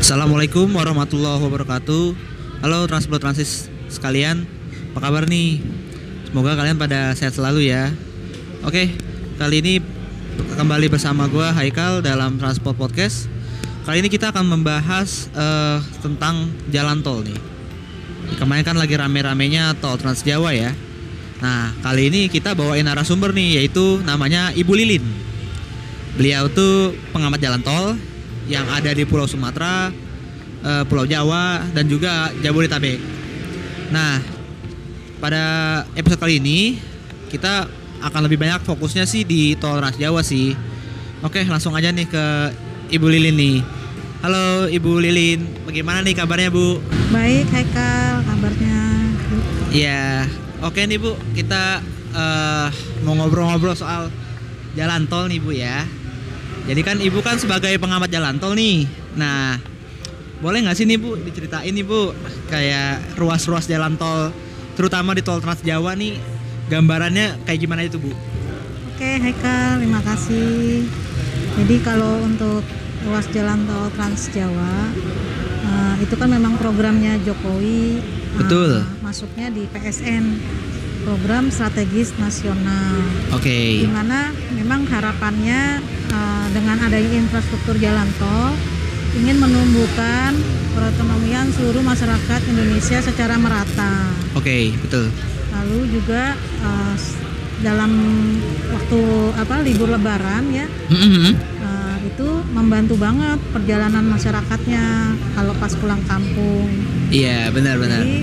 Assalamualaikum warahmatullahi wabarakatuh. Halo Transport Transis sekalian, apa kabar nih? Semoga kalian pada sehat selalu ya. Oke, kali ini kembali bersama gue Haikal dalam Transport Podcast. Kali ini kita akan membahas tentang jalan tol nih. Kemarin kan lagi rame-ramenya tol Trans Jawa ya. Nah, kali ini kita bawain narasumber nih, yaitu namanya Ibu Lilin. Beliau tuh pengamat jalan tol yang ada di Pulau Sumatera, Pulau Jawa, dan juga Jabodetabek. Nah, pada episode kali ini kita akan lebih banyak fokusnya sih di tol Trans Jawa sih. Oke, langsung aja nih ke Ibu Lilin nih. Halo Ibu Lilin, bagaimana nih kabarnya Bu? Baik, Haikal, kabarnya. Ya, oke nih Bu, kita mau ngobrol-ngobrol soal jalan tol nih Bu ya. Jadi kan Ibu kan sebagai pengamat jalan tol nih. Nah, boleh nggak sih nih Bu diceritain nih Bu, kayak ruas-ruas jalan tol, terutama di tol Trans Jawa nih, gambarannya kayak gimana itu Bu? Oke, Haikal, terima kasih. Jadi kalau untuk ruas jalan tol Trans Jawa, itu kan memang programnya Jokowi. Betul. Masuknya di PSN, Program Strategis Nasional. Oke. Di mana memang harapannya dengan adanya infrastruktur jalan tol ingin menumbuhkan perekonomian seluruh masyarakat Indonesia secara merata. Oke, betul. Lalu juga dalam waktu libur Lebaran ya, itu membantu banget perjalanan masyarakatnya kalau pas pulang kampung. Iya, benar-benar. Jadi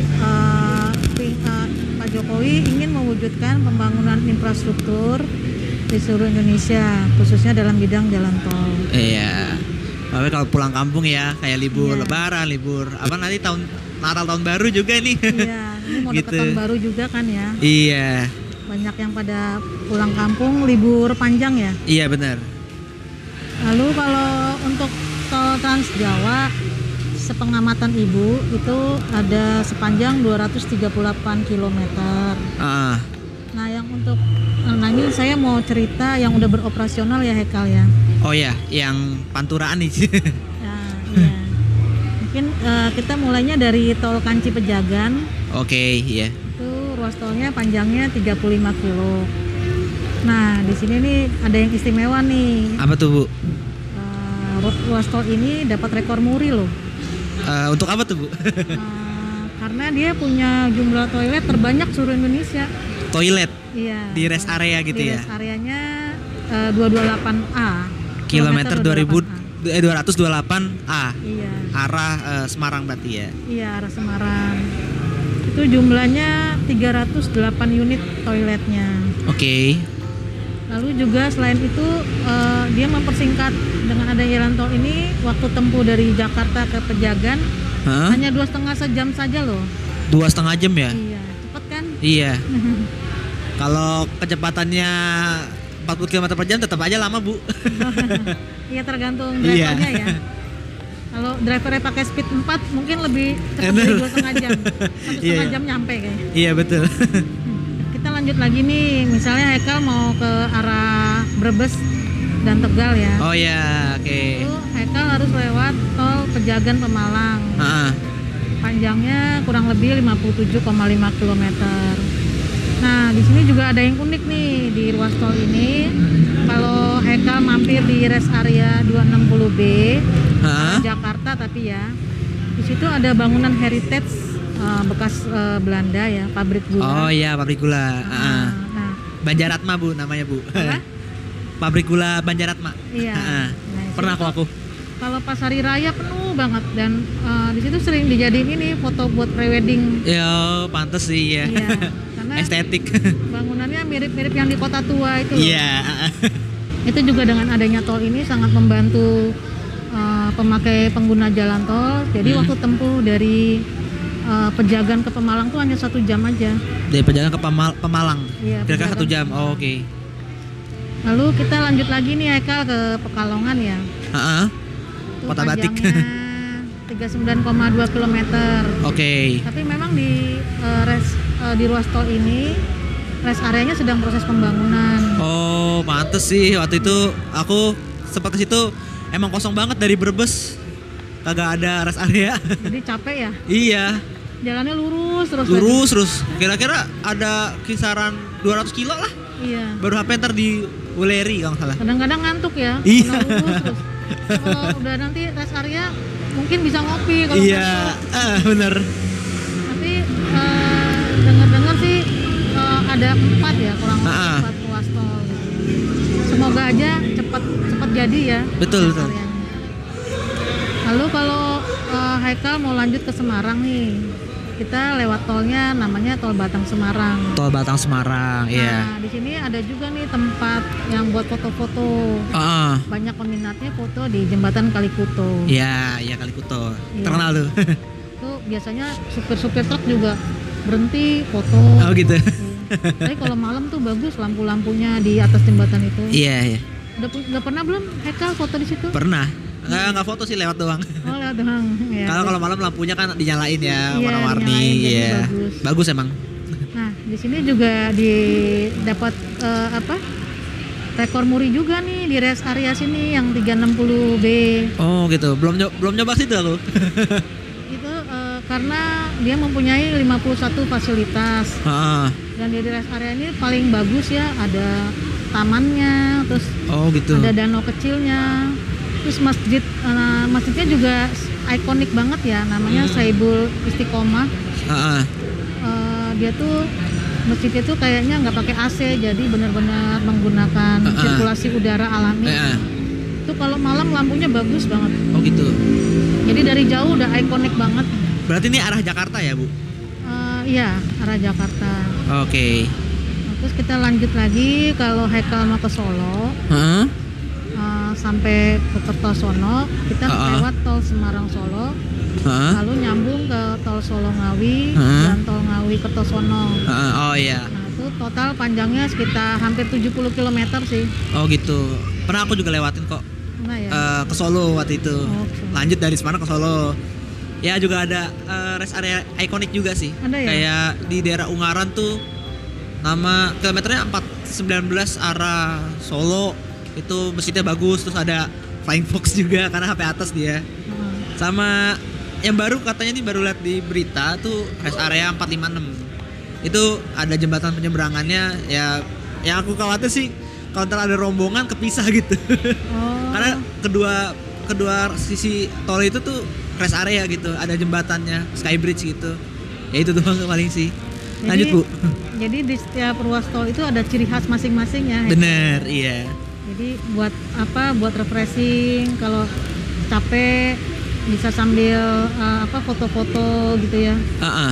Pak Jokowi ingin mewujudkan pembangunan infrastruktur di seluruh Indonesia, khususnya dalam bidang jalan tol. Iya. Tapi kalau pulang kampung ya, kayak libur Iya. Lebaran, libur apa nanti tahun Natal tahun baru juga nih. Iya, ini mau Gitu. deket tahun baru juga kan ya. Iya. Banyak yang pada pulang kampung libur panjang ya. Iya benar. Lalu kalau untuk tol Trans Jawa, sepengamatan Ibu itu ada sepanjang 238 km. Ah. Nah, yang untuk ini saya mau cerita yang udah beroperasional ya Hekal ya. Oh ya, yang Panturaan nih. Nah, iya. Mungkin kita mulainya dari tol Kanci Pejagan. Oke, iya. Itu ruas tolnya panjangnya 35 kilo. Nah, di sini nih ada yang istimewa nih. Apa tuh Bu? Ruas tol ini dapat rekor muri loh. Untuk apa tuh Bu? Karena dia punya jumlah toilet terbanyak seluruh Indonesia. Toilet Iya. di rest area gitu di ya. rest areanya 228A. Kilometer 228A. 228A. Iya. Arah Semarang berarti ya. Iya, arah Semarang. Itu jumlahnya 308 unit toiletnya. Oke. Lalu juga selain itu dia mempersingkat dengan adanya jalan tol ini waktu tempuh dari Jakarta ke Pejagan Hah? hanya 2,5 jam saja loh. 2,5 jam ya? Iya, cepet kan? Iya. Kalau kecepatannya 40 km per jam tetap aja lama Bu. Iya, tergantung Iya. drivernya ya. Kalau drivernya pakai speed 4 mungkin lebih cepat dari 2,5 jam. 1,5 Iya. jam nyampe kayaknya. Iya betul. Kita lanjut lagi nih, misalnya Haikal mau ke arah Brebes dan Tegal ya. Oh ya, oke. Itu Haikal harus lewat tol Pejagan Pemalang. Ah, Panjangnya kurang lebih 57,5 km. Nah, di sini juga ada yang unik nih di ruas tol ini. Kalau Haikal mampir di rest area 260B ah. Jakarta tapi ya, di situ ada bangunan heritage bekas Belanda ya, pabrik gula. Oh iya, pabrik gula. Ah. Nah, Banjaratma Bu namanya Bu. apa? Pabrik gula Banjaratma. Iya. Ah. Nah, Pernah situ aku. kalau pas hari raya penuh banget dan di situ sering dijadiin ini foto buat prewedding. Ya, pantes sih ya. Iya, karena Estetik. bangunannya mirip-mirip yang di kota tua itu. Iya. Itu juga dengan adanya tol ini sangat membantu pemakai pengguna jalan tol. Jadi waktu tempuh dari Pejagan ke Pemalang tuh hanya 1 jam aja. Dari Pejagan ke Pemalang. Iya, Kira-kira 1 Pejagan jam. ke Oh, Pemalang. oke. Lalu kita lanjut lagi nih Haikal ke Pekalongan ya. Heeh. Itu Kota Batik. panjangnya 39,2 km. Oke. Tapi memang di ruas tol ini rest areanya sedang proses pembangunan. Oh, pantes sih waktu itu aku sempat ke situ emang kosong banget dari Brebes kagak ada rest area. Jadi capek ya. Iya, Jalannya lurus terus. lurus terus. Kira-kira ada kisaran 200 kilo lah. Iya. Baru HP ntar di Wuleri kalau nggak salah. Kadang-kadang ngantuk ya. Iya. Karena lurus terus. Kalau udah nanti rest area mungkin bisa ngopi kalau Iya, ngantuk. bener. Tapi dengar-dengar sih ada 4 ya kurang lebih Ah. 4 ruas tol. Semoga aja cepat jadi ya. Betul, rest betul. areanya. Lalu kalau Haikal mau lanjut ke Semarang nih, kita lewat tolnya namanya Tol Batang Semarang. Tol Batang Semarang, iya. Nah, di sini ada juga nih tempat yang buat foto-foto. Ah, Banyak peminatnya foto di jembatan Kalikuto. iya, iya Kalikuto. Iya. Terkenal tuh. Itu biasanya supir-supir truk juga berhenti foto. Oh gitu. Tapi kalau malam tuh bagus lampu-lampunya di atas jembatan itu. Iya, iya. Udah pernah belum Haikal foto di situ? Pernah. Nggak foto sih, lewat doang. Oh, lihat doang. Ya. Kalau malam lampunya kan dinyalain ya, Iya, warna-warni. dinyalain, jadi Iya. bagus. Bagus emang. Nah, di sini juga dapat rekor muri juga nih di rest area sini yang 360B. Oh gitu. Belum nyoba situ aku. Itu karena dia mempunyai 51 fasilitas. Ah, Dan di rest area ini paling bagus ya, ada tamannya, terus oh gitu. ada danau kecilnya. Terus masjidnya juga ikonik banget ya, namanya Saibul Istiqomah. Ah, Dia tuh masjidnya tuh kayaknya nggak pakai AC, jadi benar-benar menggunakan sirkulasi udara alami. Itu kalau malam lampunya bagus banget. oh gitu. Jadi dari jauh udah ikonik banget. Berarti ini arah Jakarta ya, Bu? Iya, arah Jakarta. Oke. Nah, terus kita lanjut lagi kalau Haikal mau ke Solo, Heeh. sampai ke Kertosono, kita lewat tol Semarang Solo, Heeh. lalu nyambung ke tol Solo Ngawi dan tol Ngawi Kertosono. Oh iya. Nah, itu total panjangnya sekitar hampir 70 km sih. Oh gitu. Pernah aku juga lewatin kok. Nah ya. Ke Solo waktu itu. Oke. Lanjut dari Semarang ke Solo. Ya juga ada rest area ikonik juga sih. Ada ya? Kayak di daerah Ungaran tuh, nama kilometernya 419 arah Solo. Itu masjidnya bagus, terus ada Flying Fox juga karena HP atas dia. Sama yang baru katanya nih, baru lihat di berita tuh rest area 456. Itu ada jembatan penyeberangannya ya. Yang aku khawatir sih kalau ntar ada rombongan kepisah gitu. Oh. Karena kedua sisi tol itu tuh rest area gitu, ada jembatannya, skybridge gitu. Ya itu doang paling sih. Lanjut, Bu. Jadi di setiap ruas tol itu ada ciri khas masing-masing ya. Bener, iya. Jadi buat buat refreshing, kalau capek bisa sambil foto-foto gitu ya.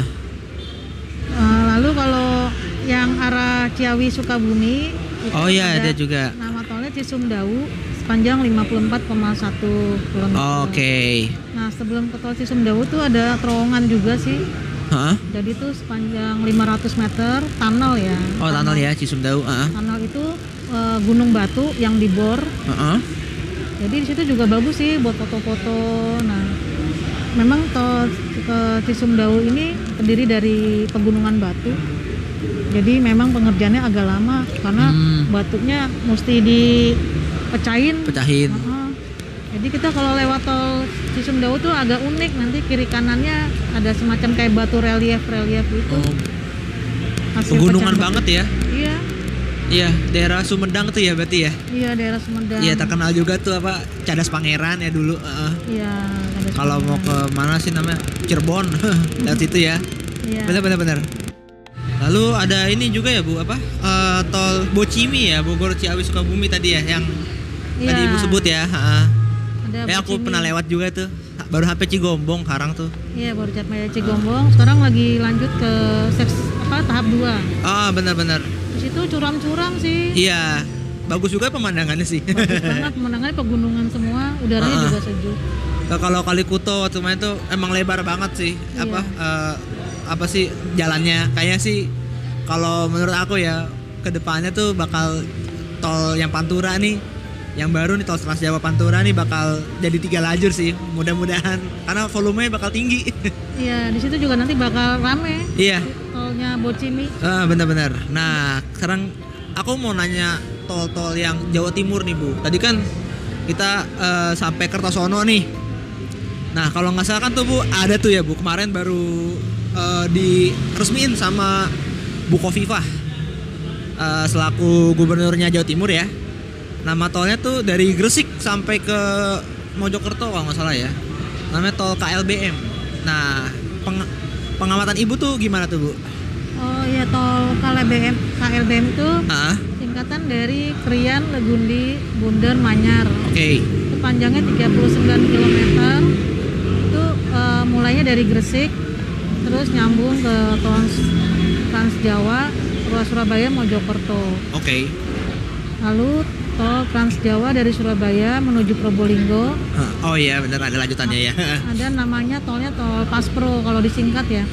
Lalu kalau yang arah Ciawi Sukabumi itu Oh iya, ada juga. nama tolnya Cisumdawu sepanjang 54,1 km. Oke. Nah, sebelum ke tol Cisumdawu tuh ada terowongan juga sih. Heeh. Jadi itu sepanjang 500 meter tunnel ya. Oh, tunnel ya, Cisumdawu. Tunnel itu gunung batu yang dibor. Jadi di situ juga bagus sih buat foto-foto. Nah, memang tol ke Cisumdawu ini terdiri dari pegunungan batu. Jadi memang pengerjaannya agak lama karena batunya mesti dipecahin. Jadi kita kalau lewat tol Cisumdawu tuh agak unik, nanti kiri kanannya ada semacam kayak batu relief gitu. Hasil Pegunungan pecahan banget batu. ya. Iya. Iya, daerah Sumedang tuh ya berarti ya. Iya, daerah Sumedang. Iya, terkenal juga tuh apa Cadas Pangeran ya dulu. Iya. Kalau mau ke mana sih namanya, Cirebon, lewat situ ya. Iya. Bener. Lalu ada ini juga ya, Bu, apa tol Bocimi ya, Bogor Ciawi Sukabumi tadi ya, yang tadi Ibu sebut ya. Ada Aku Bocimi. pernah lewat juga tuh. Baru HP Cigombong sekarang tuh. Iya, baru Catmaya Cigombong. Sekarang lagi lanjut ke tahap 2. Benar. Di situ curam-curam sih. Iya, bagus juga pemandangannya sih. Bagus banget pemandangannya, pegunungan semua, udaranya juga sejuk. Kalau Kalikuto waktu main tuh emang lebar banget sih. Iya. Apa sih jalannya? Kayaknya sih kalau menurut aku ya, kedepannya tuh bakal tol yang Pantura nih, yang baru nih, tol Trans Jawa Pantura nih bakal jadi 3 lajur sih, mudah-mudahan, karena volumenya bakal tinggi. Iya, di situ juga nanti bakal rame. Iya. Tolnya Bocimi. Bener-bener. Nah, sekarang aku mau nanya tol-tol yang Jawa Timur nih, Bu. Tadi kan kita sampai Kertosono nih. Nah kalau nggak salah kan tuh Bu ada tuh ya Bu kemarin baru diresmiin sama Bu Khofifah selaku gubernurnya Jawa Timur ya. Nama tolnya tuh dari Gresik sampai ke Mojokerto kalau nggak salah ya. Namanya tol KLBM. Nah pengamatan Ibu tuh gimana tuh Bu? Oh iya, tol KLBM itu singkatan dari Krian, Legundi, Bunder, Manyar. Oke. Itu panjangnya 39 km. Itu mulainya dari Gresik, terus nyambung ke Trans Jawa, ruas Surabaya, Mojokerto. Oke. Lalu tol Trans Jawa dari Surabaya menuju Probolinggo. Oh iya benar ada lanjutannya ya. Ada namanya tolnya tol Paspro kalau disingkat ya.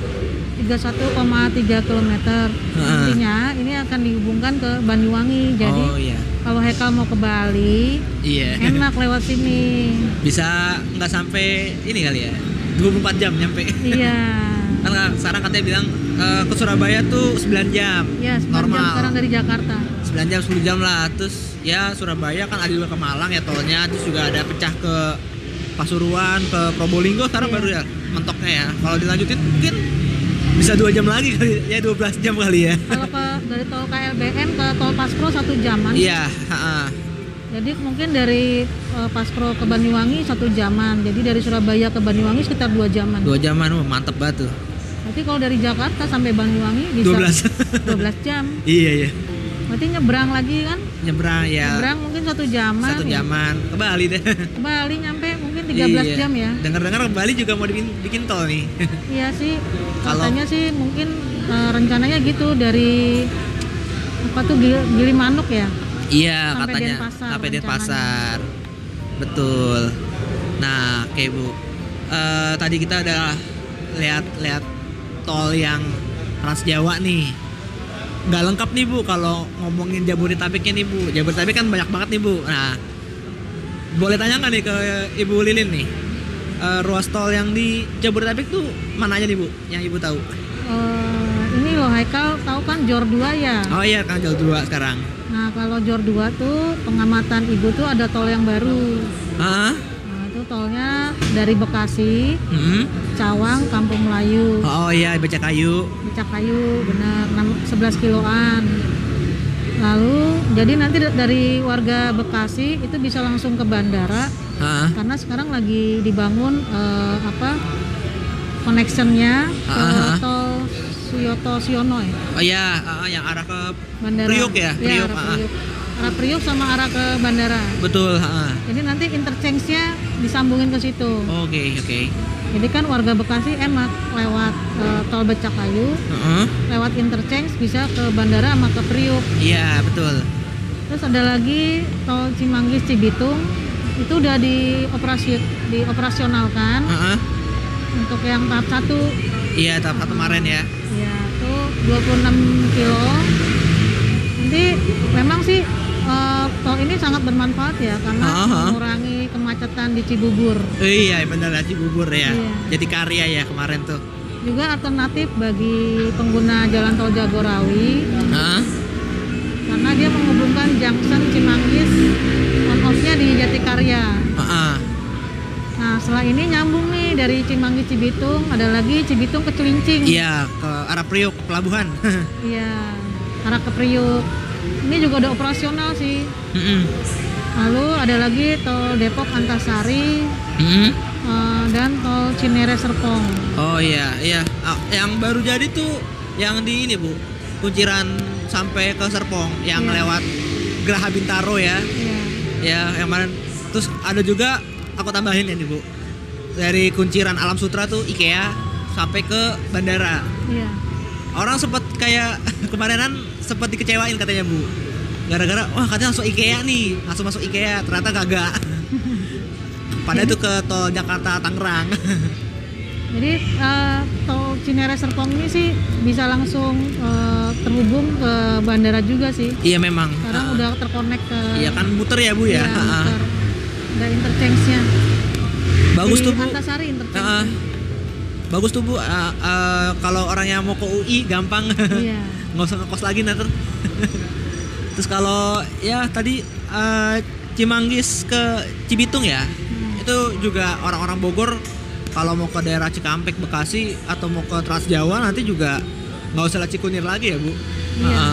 31,3 km. Nantinya ini akan dihubungkan ke Banyuwangi. Jadi kalau Hekal mau ke Bali, enak lewat sini. Bisa nggak sampai ini kali ya? 24 jam nyampe. Iya. Kan sekarang katanya bilang ke Surabaya tuh 9 jam. Iya, 9 normal. jam sekarang dari Jakarta. 9 jam 10 jam lah. Terus ya Surabaya kan ada juga ke Malang ya tolnya. Terus juga ada pecah ke Pasuruan, ke Probolinggo sekarang baru ya mentoknya ya. Kalau dilanjutin mungkin bisa 2 jam lagi kali ya, 12 jam kali ya. Kalau dari tol KLBM ke tol Paspro 1 jaman. Iya, Jadi mungkin dari Paspro ke Banyuwangi 1 jaman. Jadi dari Surabaya ke Banyuwangi sekitar 2 jaman. 2 jaman, mantep banget tuh. Berarti kalau dari Jakarta sampai Banyuwangi bisa 12 jam. Iya. Berarti nyebrang lagi kan? Nyebrang ya. Nyebrang mungkin 1 jaman. 1 jaman. Ke Bali deh. Ke Bali nyampe mungkin 13 jam ya. Dengar-dengar ke Bali juga mau bikin tol nih. Iya sih. Katanya sih mungkin rencananya gitu dari apa tuh Gilimanuk ya? Iya, sampai katanya sampai Denpasar. Betul. Nah, oke Bu. Tadi kita udah lihat tol yang Trans Jawa nih. Nggak lengkap nih Bu kalau ngomongin Jabodetabeknya nih Bu. Jabodetabek kan banyak banget nih Bu. Nah, boleh tanya nggak nih ke Ibu Lilin nih? Ruas tol yang di Jabodetabek tuh mana aja nih Bu? Yang Ibu tahu? Ini loh Haikal tahu kan Jor 2 ya? Oh iya kan Jor 2 sekarang. Nah kalau Jor 2 tuh pengamatan Ibu tuh ada tol yang baru. Nah itu tolnya dari Bekasi, Cawang, Kampung Melayu. Oh iya Becakayu. Becakayu benar 11 kiloan. Lalu jadi nanti dari warga Bekasi itu bisa langsung ke bandara. Karena sekarang lagi dibangun connectionnya ke tol Suyoto Siono ya. Oh iya, yang arah ke bandara. Priuk ya? Priuk. Arah Priuk sama arah ke bandara. Betul. Jadi nanti interchange-nya disambungin ke situ. Oke. Jadi kan warga Bekasi enak lewat tol Becakayu, lewat interchange bisa ke bandara sama ke Priuk. Iya betul. Terus ada lagi tol Cimanggis Cibitung itu udah dioperasionalkan untuk yang tahap 1. Iya tahap 1 kemarin ya. Iya tuh 26 kilo. Nanti memang sih tol ini sangat bermanfaat ya karena mengurangi kemacetan di Cibubur. Iya benar ya Cibubur ya. Iya. Jadi karya ya kemarin tuh. Juga alternatif bagi pengguna jalan tol Jagorawi. Karena dia menghubungkan junction Cimanggis on off-nya di Jatikarya. Nah setelah ini nyambung nih dari Cimanggis Cibitung, ada lagi Cibitung ke Cilincing. Iya ke arah Priuk pelabuhan. Iya arah ke Priuk. Ini juga udah operasional sih. Lalu ada lagi tol Depok Antasari dan tol Cinere Serpong. Oh iya. Yang baru jadi tuh yang di ini Bu, Kunciran sampai ke Serpong yang lewat Geraha Bintaro ya. Ya yang kemarin. Terus ada juga aku tambahin ya nih Bu, dari Kunciran Alam Sutra tuh IKEA sampai ke bandara. Iya. Orang sempat kayak kemarinan sempat dikecewain katanya Bu, gara-gara wah katanya langsung IKEA nih, langsung masuk IKEA, ternyata kagak. Padahal itu ke tol Jakarta Tangerang. Jadi tol Cinere Serpong ini sih bisa langsung terhubung ke bandara juga sih. Iya memang. Sekarang udah terkonek ke. Iya kan muter ya Bu ya. Muter. Ada interchange-nya. Bagus tuh Bu. Antasari interchange. Bagus tuh Bu. Kalau orang yang mau ke UI gampang. Iya. Nggak usah ngekos lagi nanti. Terus kalau ya tadi Cimanggis ke Cibitung ya. itu juga orang-orang Bogor kalau mau ke daerah Cikampek, Bekasi atau mau ke Trans Jawa nanti juga nggak usah lewat Cikunir lagi ya Bu. Iya.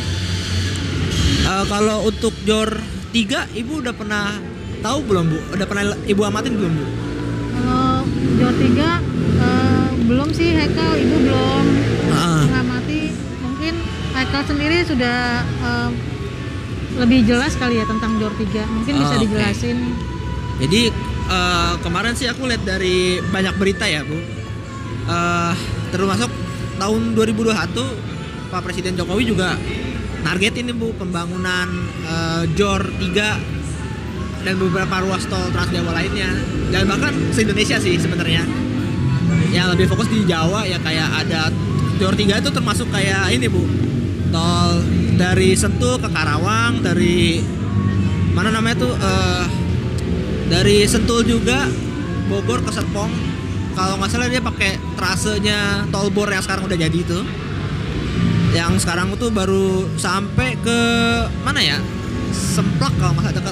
Kalau untuk Jor 3 Ibu udah pernah tahu belum Bu? Udah pernah Ibu amatin belum Bu? Kalau Jor 3 belum sih Haikal, Ibu belum mengamati. Mungkin Haikal sendiri sudah lebih jelas kali ya tentang Jor 3. Mungkin bisa dijelasin. Jadi kemarin sih aku lihat dari banyak berita ya Bu. Termasuk tahun 2021 Pak Presiden Jokowi juga nargetin nih Bu pembangunan Jor 3 dan beberapa ruas tol Trans Jawa lainnya. Dan bahkan se-Indonesia sih sebenarnya. Yang lebih fokus di Jawa ya kayak ada Jor 3 itu termasuk kayak ini Bu. Tol dari Sentul ke Karawang, dari mana namanya tuh dari Sentul juga Bogor ke Serpong. Kalau nggak salah dia pakai trasenya tol Bor yang sekarang udah jadi itu. Yang sekarang itu baru sampai ke mana ya? Semplak kalau nggak salah dekat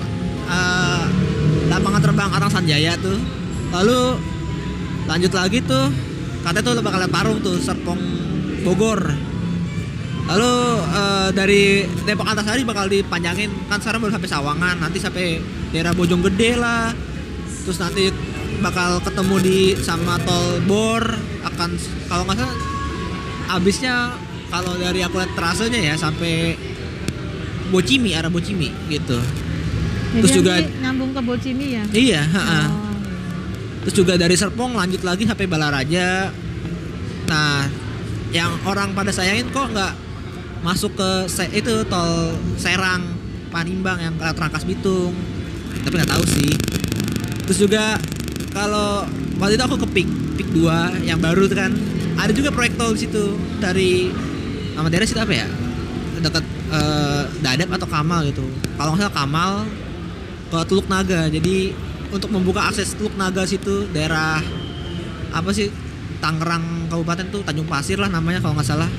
lapangan terbang Arang Sanjaya tuh. Lalu lanjut lagi tuh katanya tuh bakal lihat Parung tuh Serpong Bogor. Lalu dari Depok Antasari bakal dipanjangin, kan sekarang baru sampai Sawangan, nanti sampai daerah Bojonggede lah. Terus nanti bakal ketemu di sama tol Bor, akan kalau nggak salah habisnya kalau dari aku lihat trasenya ya sampai Bocimi, arah Bocimi gitu. Jadi Terus juga nyambung ke Bocimi ya. Iya, Terus juga dari Serpong lanjut lagi sampai Balaraja. Nah, yang orang pada sayangin kok nggak masuk ke itu tol Serang Panimbang yang ke Rangkas Bitung, tapi nggak tahu sih. Terus juga kalau waktu itu aku ke Pik 2 yang baru tuh kan ada juga proyek tol di situ dari nama daerah situ apa ya, dekat Dadap atau Kamal gitu. Kalau nggak salah Kamal ke Teluk Naga. Jadi untuk membuka akses Teluk Naga situ daerah apa sih Tangerang Kabupaten tuh Tanjung Pasir lah namanya kalau nggak salah.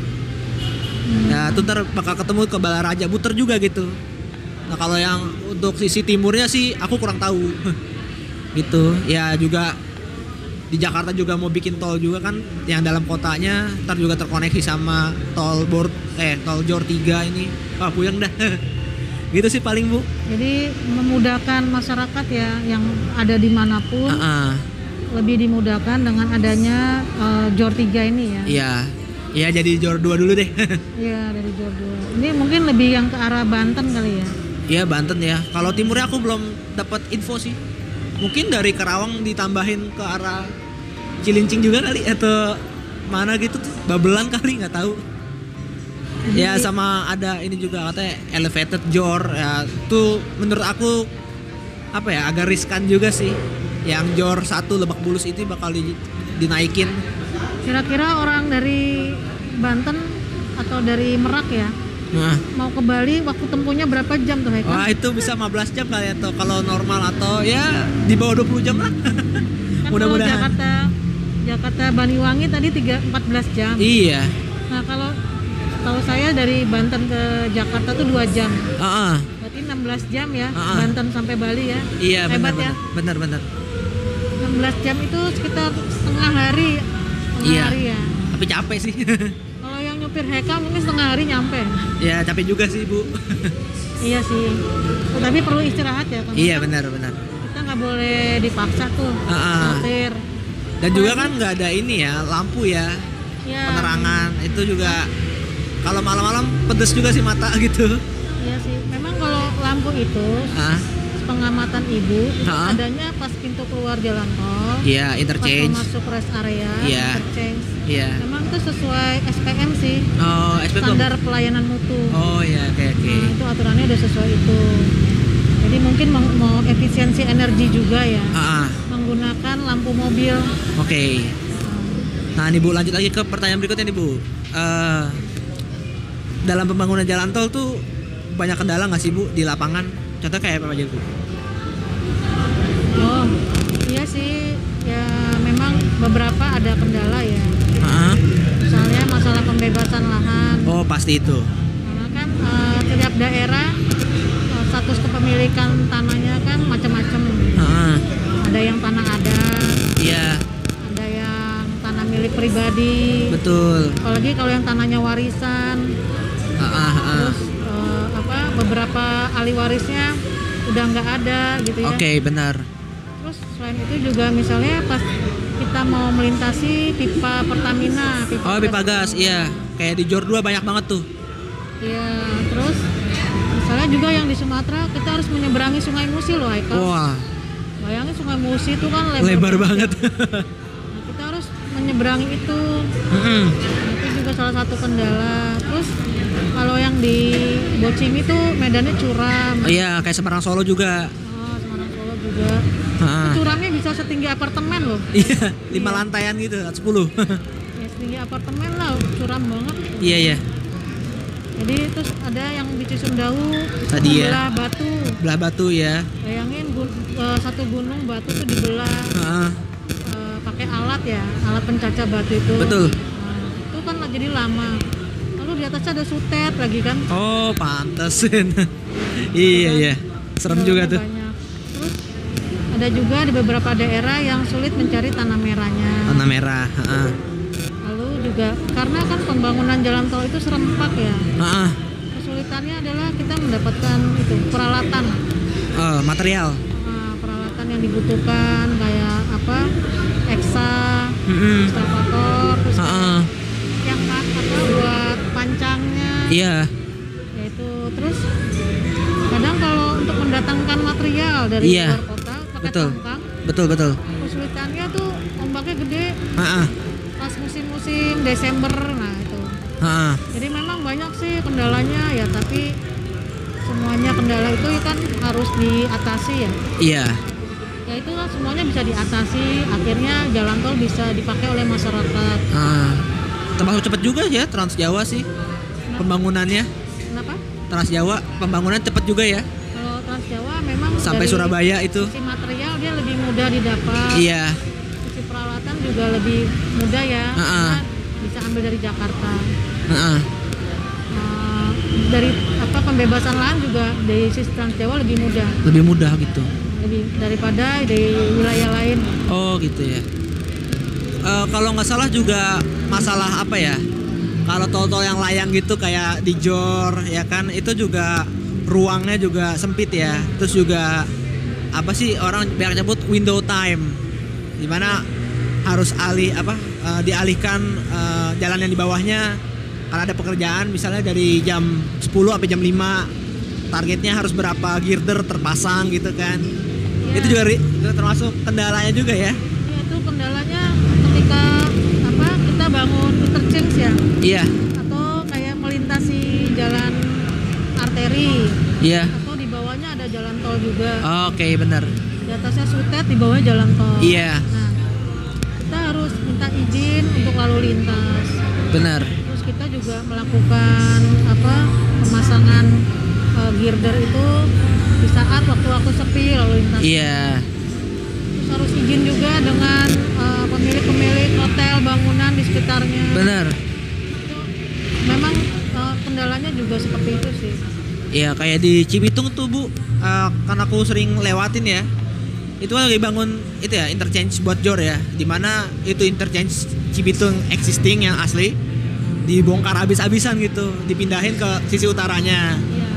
Ya tuh ntar bakal ketemu ke Balaraja, muter juga gitu. Nah kalau yang untuk sisi timurnya sih aku kurang tahu. Gitu ya. Juga di Jakarta juga mau bikin tol juga kan yang dalam kotanya, ntar juga terkoneksi sama tol tol Jor 3 ini. Wah puyeng dah. Gitu sih paling Bu. Jadi memudahkan masyarakat ya yang ada dimanapun. Lebih dimudahkan dengan adanya Jor 3 ini ya. Iya. Iya jadi Jor 2 dulu deh. Iya dari Jor 2. Ini mungkin lebih yang ke arah Banten kali ya. Iya Banten ya. Kalau timurnya aku belum dapat info sih. Mungkin dari Karawang ditambahin ke arah Cilincing juga kali atau mana gitu tuh. Babelan kali nggak tahu. Ya sama ada ini juga katanya elevated Jor ya. Tuh menurut aku apa ya agak riskan juga sih. Yang Jor 1 Lebak Bulus itu bakal dinaikin. Kira-kira orang dari Banten atau dari Merak ya mau ke Bali waktu tempuhnya berapa jam tuh Haikal? Wah itu bisa 15 jam kali ya tuh kalau normal atau ya di bawah 20 jam lah. Kan Mudah-mudahan. Jakarta Banyuwangi tadi 14 jam. Iya. Nah kalau tahu saya dari Banten ke Jakarta tuh 2 jam. Berarti 16 jam ya Banten sampai Bali ya. Iya hebat benar, ya. Benar. 16 jam itu sekitar setengah hari. Hari ya. Tapi capek sih. Kalau yang nyupir Haikal mungkin setengah hari nyampe. Ya capek juga sih Bu. Iya sih. Tapi perlu istirahat ya. Iya benar. Kita nggak boleh dipaksa tuh nyetir. Dan juga kan nggak ada ini ya lampu ya. Penerangan itu juga kalau malam-malam pedes juga sih mata gitu. Iya sih. Memang kalau lampu itu pengamatan Ibu itu adanya pas pintu keluar jalan tol. Iya, interchange. Pas masuk rest area, interchange. Iya. Memang itu sesuai SPM sih. Oh, SPM. Standar pelayanan mutu. Oh iya, oke. Nah, itu aturannya udah sesuai itu. Jadi mungkin mau efisiensi energi juga ya. Menggunakan lampu mobil. Oke. Nah, nih Bu lanjut lagi ke pertanyaan berikutnya nih Bu. Dalam pembangunan jalan tol tuh banyak kendala nggak sih Bu di lapangan? Contoh kayak apa aja Bu? Oh iya sih ya memang beberapa ada kendala ya. Misalnya masalah pembebasan lahan. Oh pasti itu. Karena kan setiap daerah status kepemilikan tanahnya kan macam-macam. Ada ada yang tanah adat, Iya, ada yang tanah milik pribadi. betul. Apalagi kalau yang tanahnya warisan, terus beberapa ahli warisnya udah nggak ada gitu ya. Oke, benar. Terus selain itu juga misalnya pas kita mau melintasi pipa Pertamina, Pipa gas, iya. Kayak di Jor 2 banyak banget tuh. Iya, terus misalnya juga yang di Sumatera kita harus menyeberangi Sungai Musi loh, Haikal. Wah, Bayangin Sungai Musi itu kan lebar banget. Nah, kita harus menyeberangi itu. Mm-mm. Nah, itu juga salah satu kendala. Terus kalau yang di Bocimi tuh medannya curam. Oh, iya, kayak Semarang Solo juga. Oh, Semarang Solo juga. Ha. Curamnya bisa setinggi apartemen loh. Iya, 5 lantaian gitu, 10. Ya, setinggi apartemen lah, curam banget. Iya, iya. Jadi terus ada yang di Cisumdawu Tadi ya. membelah batu. Belah batu ya. Bayangin satu gunung batu tuh dibelah Ha. pakai alat ya, alat pencacah batu itu. Betul. Nah, itu kan jadi lama. Lalu di atasnya ada sutet lagi kan. Oh, pantesin. Iya, iya. Serem juga tuh. Banyak. Terus ada juga di beberapa daerah yang sulit mencari tanah merahnya. Tanah merah. Ha. Lalu juga karena kan pembangunan jalan tol itu serempak ya. Ha. Kesulitannya adalah kita mendapatkan itu peralatan. Material. Peralatan yang dibutuhkan kayak apa? Eksa, ekskavator, terus Ha. yang buat pancangnya. Iya. Yaitu terus kadang kalau untuk mendatangkan material dari Iya. luar kota pakai Betul. tongkang, Betul. kesulitannya tuh ombaknya gede Ha. pas musim-musim Desember. Nah itu Ha. jadi memang banyak sih kendalanya ya, tapi semuanya kendala itu kan harus diatasi ya. Iya. Ya itu kan semuanya bisa diatasi, akhirnya jalan tol bisa dipakai oleh masyarakat. Termasuk cepat juga ya Trans Jawa sih pembangunannya. Kenapa? Trans Jawa pembangunan cepat juga ya. Kalau Trans Jawa memang Sampai dari Surabaya itu. sisi material dia lebih mudah didapat. Iya. Sisi peralatan juga lebih mudah ya. Karena bisa ambil dari Jakarta. Ha. Dari pembebasan lahan juga dari sisi Trans Jawa lebih mudah. Lebih mudah gitu. Lebih daripada di wilayah lain. Oh gitu ya. Kalau nggak salah juga masalah apa ya? Kalau tol-tol yang layang gitu kayak di Jor ya kan, itu juga ruangnya juga sempit ya. Terus juga apa sih orang banyak nyebut window time, dimana harus dialihkan jalan yang di bawahnya karena ada pekerjaan misalnya dari jam 10 sampai jam 5 targetnya harus berapa girder terpasang gitu kan. Ya. Itu juga termasuk kendalanya juga ya. Ya itu kendalanya ketika kita bangun interchange ya. Iya. Atau kayak melintasi jalan arteri. Iya. Atau di bawahnya ada jalan tol juga. Oke, benar. Di atasnya sutet, di bawahnya jalan tol. Iya. Nah, kita harus minta izin untuk lalu lintas. Benar. Terus kita juga melakukan pemasangan girder itu di saat waktu-waktu sepi lalu lintas. Iya. Terus harus izin juga dengan pemilik-pemilik hotel, bangunan di sekitarnya. Benar. Itu memang kendalanya juga seperti itu sih. Iya, kayak di Cibitung tuh Bu, kan aku sering lewatin ya. Itu lagi bangun itu ya interchange buat Jor ya, dimana itu interchange Cibitung existing yang asli dibongkar habis-habisan gitu, dipindahin ke sisi utaranya. Iya.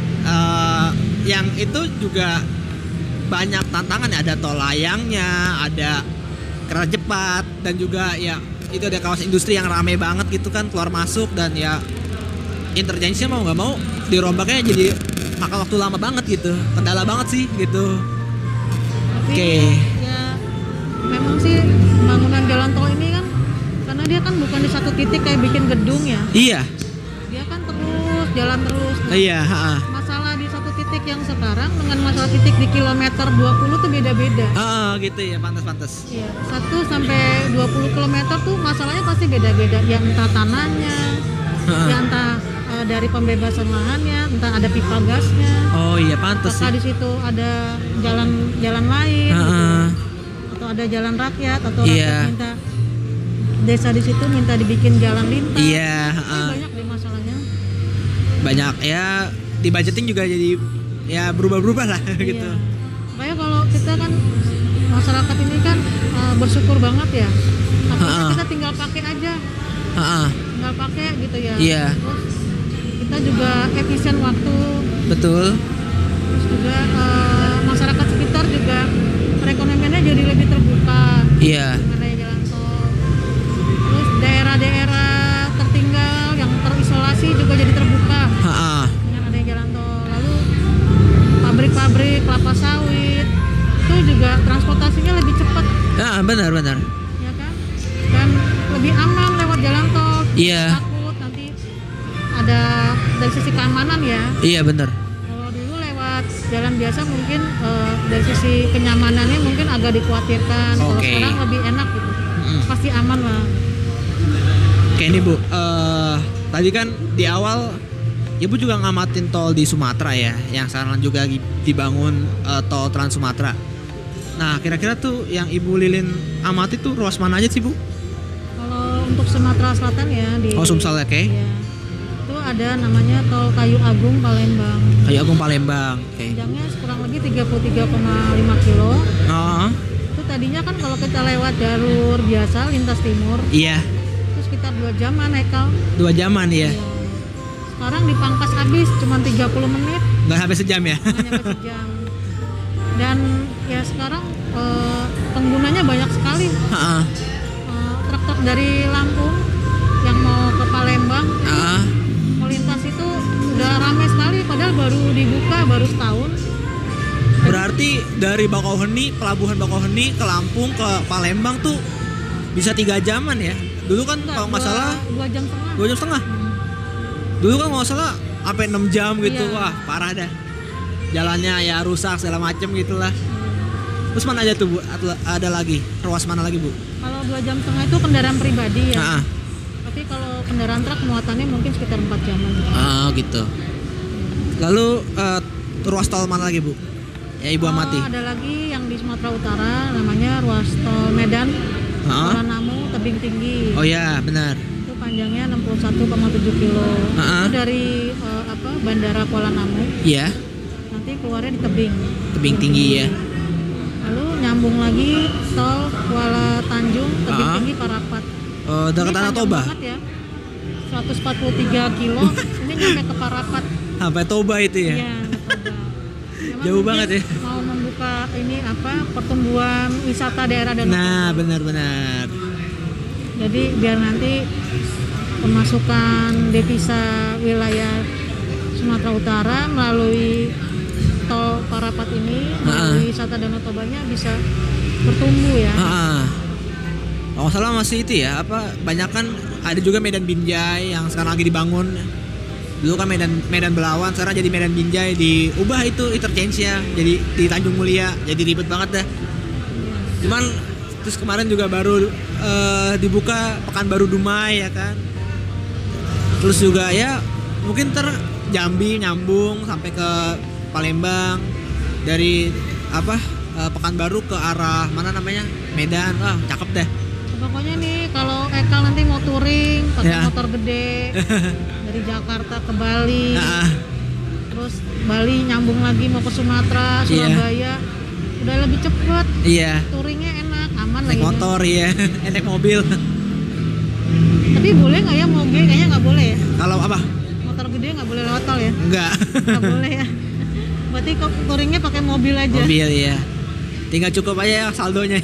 Yang itu juga banyak tantangan ya, ada tol layangnya, ada kereta cepat, dan juga ya itu ada kawasan industri yang ramai banget gitu kan, keluar masuk, dan ya interchange-nya mau nggak mau dirombaknya jadi makan waktu lama banget gitu, kendala banget sih gitu. Tapi ya memang sih pembangunan jalan tol ini kan karena dia kan bukan di satu titik kayak bikin gedung ya. Iya. Dia kan terus jalan terus. Nah, Iya. masalah di satu titik yang sekarang dengan masalah titik di kilometer 20 tuh beda-beda. Gitu ya, pantas. Iya, 1 sampai 20 km tuh masalahnya pasti beda-beda. Yang entah tanahnya, yang entah dari pembebasan lahannya, entah ada pipa gasnya. Oh iya, pantas Apakah sih. di situ ada jalan lain, gitu. Atau ada jalan rakyat, atau rakyat minta desa di situ minta dibikin jalan lintas. Iya. Banyak deh masalahnya. Banyak ya, di budgeting juga jadi ya berubah-berubah lah gitu. Iya. Makanya kalau kita kan masyarakat ini kan bersyukur banget ya. Artinya Ha-ha. kita tinggal pakai aja, Ha-ha. tinggal pakai gitu ya. Iya. Terus kita juga efisien waktu, Betul. terus juga masyarakat sekitar juga perekonomiannya jadi lebih terbuka Iya. dengan adanya jalan tol. Terus daerah-daerah tertinggal yang terisolasi juga jadi terbuka Ha-ha. dengan adanya jalan tol. Lalu pabrik-pabrik kelapa sawit itu juga transportasinya lebih cepat, Ah, benar. ya kan? Dan lebih aman lewat jalan tol. Iya. Takut nanti ada dari sisi keamanan ya. Iya, benar. Kalau dulu lewat jalan biasa mungkin dari sisi kenyamanannya mungkin agak dikhawatirkan. Kalau Oke. sekarang lebih enak gitu. Mm. Pasti aman lah. Oke nih Bu, tadi kan di awal Ibu juga ngamatin tol di Sumatera ya, yang sekarang juga dibangun tol Trans Sumatera. Nah, kira-kira tuh yang Ibu Lilin amati tuh ruas mana aja sih Bu? Kalau untuk Sumatera Selatan ya di Oh, Sumsel ya, oke. Iya. Itu ada namanya Tol Kayu Agung Palembang. Kayu Agung Palembang, oke. Panjangnya kurang lebih 33,5 kilo. Oh, Itu tadinya kan kalau kita lewat jalur biasa lintas timur iya, itu sekitar 2 jaman Haikal. 2 jaman ya, Iya. Sekarang dipangkas habis cuma 30 menit, nggak sampai sejam ya? nggak nyampe sejam. Dan ya sekarang penggunanya banyak sekali. Heeh. Truk-truk dari Lampung yang mau ke Palembang Heeh. melintas itu udah ramai sekali padahal baru dibuka baru setahun. Berarti dari Bakauheni, pelabuhan Bakauheni ke Lampung ke Palembang tuh bisa 3 jaman ya? Dulu kan kalau nggak salah 2 jam setengah. 2 jam setengah. Dulu kan nggak salah sampai 6 jam gitu. Iya. Wah, parah dah. Jalannya ya rusak segala macem gitulah. Terus mana aja tuh Bu? Ada lagi? Ruas mana lagi Bu? Kalau 2 jam setengah itu kendaraan pribadi ya. Nah, Tapi kalau kendaraan truk muatannya mungkin sekitar 4 jaman. gitu. Lalu ruas tol mana lagi Bu? Ya Ibu amati. Ada lagi yang di Sumatera Utara namanya ruas tol Medan, Kuala Namu, Tebing Tinggi. Oh ya, benar. Itu panjangnya 61,7 kilo. Itu dari Bandara Kuala Namu, Iya, nanti keluarnya di Tebing. Tebing Tinggi ya. Lalu nyambung lagi tol Kuala Tanjung, Tebing Tinggi, Parapat. Oh, dekat Ini Danau panjang Toba. banget ya. 143 kilo, ini nyampe ke Parapat. Sampai Toba itu ya. Iya, Toba. Memang Jauh mungkin banget ya. Mau membuka ini pertumbuhan wisata daerah Danau Nah, Toba. benar-benar. Jadi biar nanti pemasukan devisa wilayah Sumatera Utara melalui tol Parapat ini, melalui wisata Danau Tobanya bisa bertumbuh ya. Kalau nggak salah masih itu ya, banyak kan ada juga Medan Binjai yang sekarang lagi dibangun. Dulu kan Medan Belawan, sekarang jadi Medan Binjai, diubah itu interchange-nya jadi di Tanjung Mulia, jadi ribet banget dah. Cuman terus kemarin juga baru dibuka Pekanbaru Dumai ya kan. Terus juga ya mungkin Jambi nyambung sampai ke Palembang dari Pekanbaru ke arah mana namanya Medan. Wah, cakep deh. Pokoknya nih kalau Ekal nanti mau touring pakai Ya. motor gede dari Jakarta ke Bali, terus Bali nyambung lagi mau ke Sumatera, Surabaya, udah lebih cepet. Iya. Touringnya enak, aman Naik lagi. motor ya, naik mobil. Tapi boleh nggak ya moge? Kayaknya nggak boleh ya. Kalau apa? Motor gede nggak boleh lewat tol ya? Enggak. Nggak boleh ya. Berarti kok touringnya pakai mobil aja. Mobil ya. Tinggal cukup aja ya saldonya.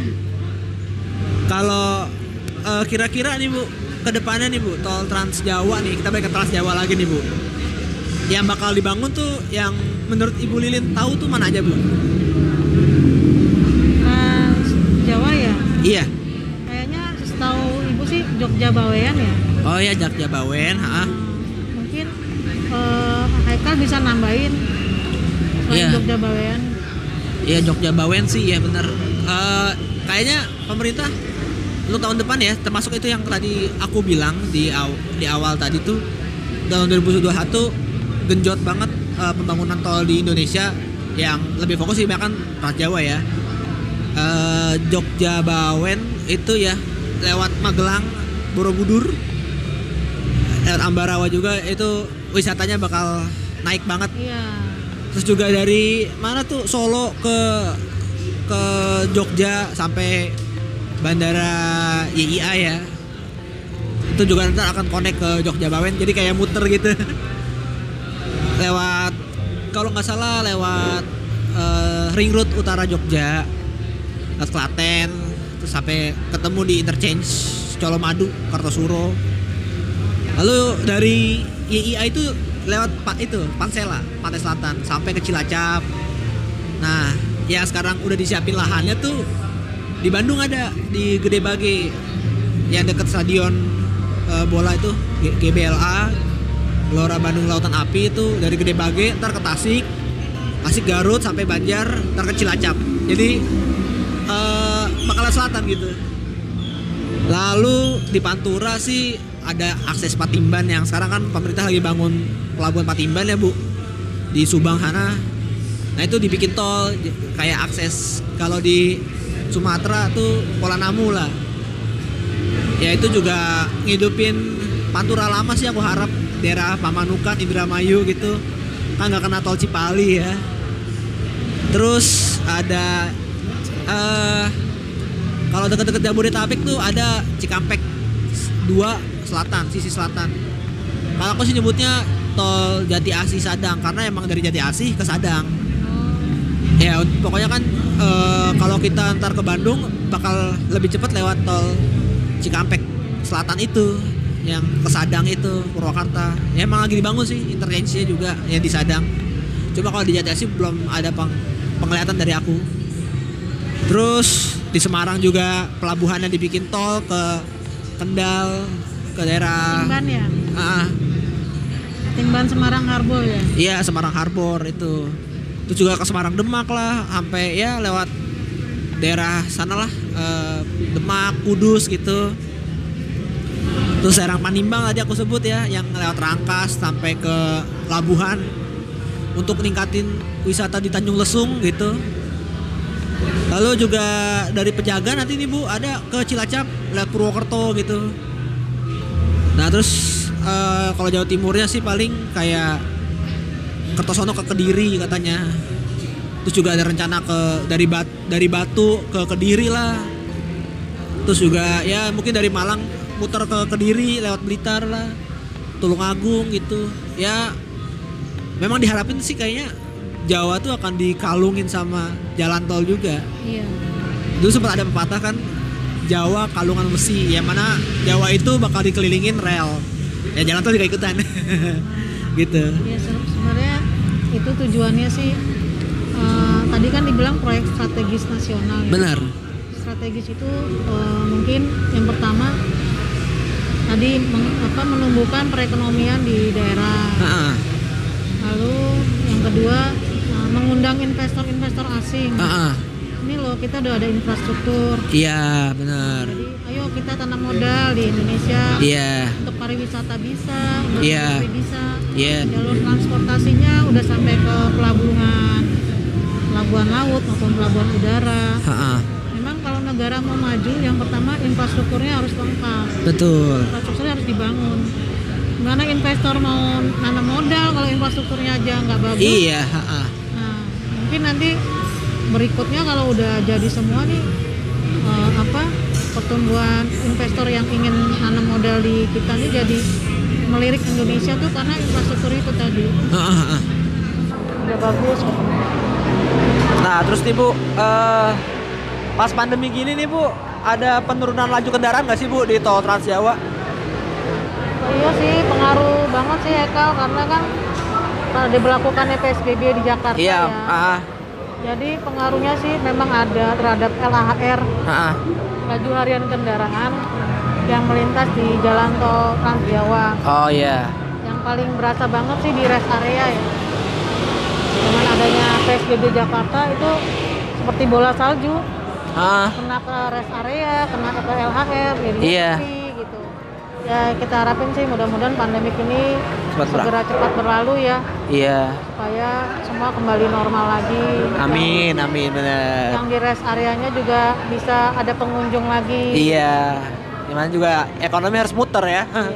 Kalau kira-kira nih Bu, ke depannya nih Bu, tol Trans Jawa nih, kita balik ke Trans Jawa lagi nih Bu. Yang bakal dibangun tuh yang menurut Ibu Lilin tahu tuh mana aja Bu? Trans Jawa ya? Iya. Kayaknya setahu ibu sih Jogja Bawean ya. Oh ya, Jogja Bawen, Mungkin Haikal bisa nambahin selain Iya. Jogja Bawean. Iya, Jogja Bawen sih ya bener. Kayaknya pemerintah untuk tahun depan ya, termasuk itu yang tadi aku bilang di awal tadi tuh, tahun 2021 genjot banget pembangunan tol di Indonesia, yang lebih fokus sih bahkan Trans Jawa ya. Jogja Bawen itu ya lewat Magelang, Borobudur, lewat Ambarawa juga, itu wisatanya bakal naik banget. Iya. Terus juga dari mana tuh Solo ke ke Jogja sampai Bandara YIA ya. Itu juga nanti akan connect ke Jogja Bawen, jadi kayak muter gitu. Lewat kalau nggak salah lewat ring road utara Jogja, lewat Klaten, terus sampai ketemu di interchange Colomadu, Kartosuro. Lalu dari YIA itu lewat Pansela, Pantai Selatan sampai ke Cilacap. Nah, ya sekarang udah disiapin lahannya tuh di Bandung, ada di Gede Bage yang deket stadion bola itu GBLA, Gelora Bandung Lautan Api. Itu dari Gede Bage ntar ke Tasik Garut sampai Banjar, ntar ke Cilacap. Jadi Makalah Selatan gitu. Lalu di Pantura sih ada akses Patimban yang sekarang kan pemerintah lagi bangun pelabuhan Patimban ya Bu, di Subang sana. Nah itu dibikin tol kayak akses kalau di Sumatera tuh Kuala Namu lah. Ya itu juga ngidupin Pantura lama sih, aku harap daerah Pamanukan, Indramayu gitu kan nggak kena tol Cipali ya. Terus ada kalau deket-deket Jabodetabek tuh ada Cikampek 2 selatan, sisi selatan. Kalau aku sih nyebutnya tol Jati Asih Sadang karena emang dari Jati Asih ke Sadang. Ya pokoknya kan kalau kita ntar ke Bandung bakal lebih cepat lewat tol Cikampek Selatan itu yang ke Sadang itu, Purwakarta. Ya emang lagi dibangun sih, interchange-nya juga yang di Sadang. Cuma kalau di Jati Asih belum ada penglihatan dari aku. Terus di Semarang juga pelabuhannya dibikin tol ke Kendal, ke daerah Timban ya? Timban Semarang Harbor ya? Iya, Semarang Harbor itu. Terus juga ke Semarang Demak lah, sampai ya lewat daerah sana lah, Demak, Kudus gitu. Terus Serang Panimbang tadi aku sebut ya, yang lewat Rangkas sampai ke Labuhan untuk ningkatin wisata di Tanjung Lesung gitu. Lalu juga dari Pejagan nanti nih Bu ada ke Cilacap lewat Purwokerto gitu. Nah terus kalau Jawa Timurnya sih paling kayak Kertosono ke Kediri katanya. Terus juga ada rencana ke dari Batu ke Kediri lah. Terus juga ya mungkin dari Malang muter ke Kediri lewat Blitar lah, Tulungagung gitu. Ya memang diharapin sih kayaknya Jawa tuh akan dikalungin sama jalan tol juga. Iya. Dulu sempat ada pepatah kan, Jawa kalungan besi, yang mana Jawa itu bakal dikelilingin rel. Ya jalan tol juga ikutan. Gitu. Ya sebenarnya itu tujuannya sih tadi kan dibilang proyek strategis nasional ya. Benar. Strategis itu mungkin yang pertama tadi menumbuhkan perekonomian di daerah. Lalu yang kedua mengundang investor-investor asing. Ini loh kita udah ada infrastruktur. Iya benar. Jadi ayo kita tanam modal di Indonesia. Iya. Untuk pariwisata bisa, untuk Iya. industri bisa. Iya. Jalur transportasinya udah sampai ke pelabuhan laut maupun pelabuhan udara. Memang kalau negara mau maju, yang pertama infrastrukturnya harus lengkap. Betul. Infrastrukturnya harus dibangun. Gimana investor mau nanam modal kalau infrastrukturnya aja nggak bagus? Iya. Nah, mungkin nanti berikutnya kalau udah jadi semua nih pertumbuhan investor yang ingin nanam modal di kita nih jadi melirik Indonesia tuh karena infrastruktur itu tadi. Udah bagus. Nah terus nih Bu, pas pandemi gini nih Bu, ada penurunan laju kendaraan nggak sih Bu di tol Trans Jawa? Oh iya sih, pengaruh banget sih Hekal karena kan diberlakukannya PSBB di Jakarta Iya. ya. Jadi pengaruhnya sih memang ada terhadap LHR, laju harian kendaraan yang melintas di jalan tol Trans Jawa. Oh iya. Yang paling berasa banget sih di rest area ya. Dengan adanya PSBB Jakarta itu seperti bola salju. Kena ke rest area, kena ke LHR, jadi Iya. sepi gitu. Ya kita harapin sih mudah-mudahan pandemik ini segera cepat berlalu ya. Iya. Supaya semua kembali normal lagi. Amin benar. Yang di rest areanya juga bisa ada pengunjung lagi. Iya. Gimana juga ekonomi harus muter ya. Iya.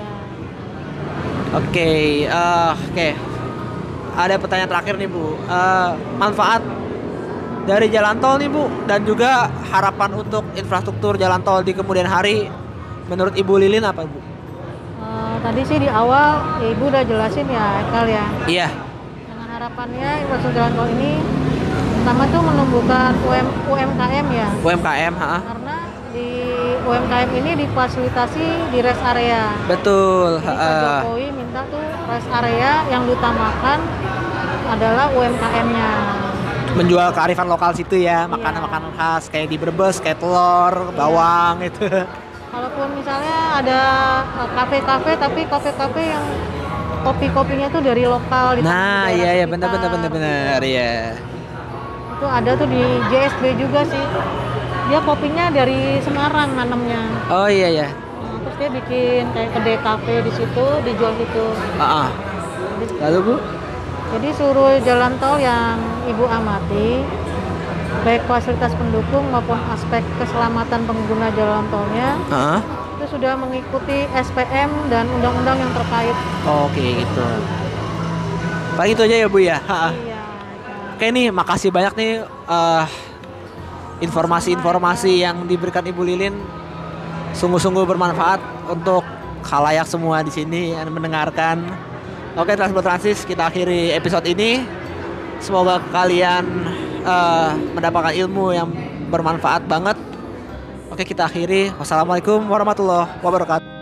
Oke. Ada pertanyaan terakhir nih Bu. Manfaat dari jalan tol nih Bu, dan juga harapan untuk infrastruktur jalan tol di kemudian hari menurut Ibu Lilin apa Bu? Tadi sih di awal Ibu udah jelasin ya Ekal ya. Iya. Dengan harapannya infrastruktur jalan tol ini pertama tuh menumbuhkan UMKM ya. UMKM, Karena di UMKM ini difasilitasi di rest area. Betul. Jadi Pak Jokowi minta tuh rest area yang diutamakan adalah UMKM-nya. Menjual kearifan lokal situ ya, makanan-makanan khas kayak di Brebes, kayak telur, bawang itu. Kalaupun misalnya ada kafe-kafe, tapi kafe-kafe yang kopi-kopinya tuh dari lokal. Nah, iya benar ya. Itu ada tuh di JSB juga sih. Dia kopinya dari Semarang nanamnya. Oh iya ya. Terus dia bikin kayak kedai kafe di situ, dijual situ. Lalu Bu? Jadi seluruh jalan tol yang Ibu amati, baik fasilitas pendukung maupun aspek keselamatan pengguna jalan tolnya, itu sudah mengikuti SPM dan undang-undang yang terkait. Oke gitu. Paling itu aja ya Bu ya. Iya. Oke nih, makasih banyak nih informasi-informasi yang diberikan Ibu Lilin. Sungguh-sungguh bermanfaat untuk khalayak semua di sini yang mendengarkan. Oke, Transport Transis, kita akhiri episode ini. Semoga kalian mendapatkan ilmu yang bermanfaat banget. Oke, kita akhiri. Wassalamualaikum warahmatullahi wabarakatuh.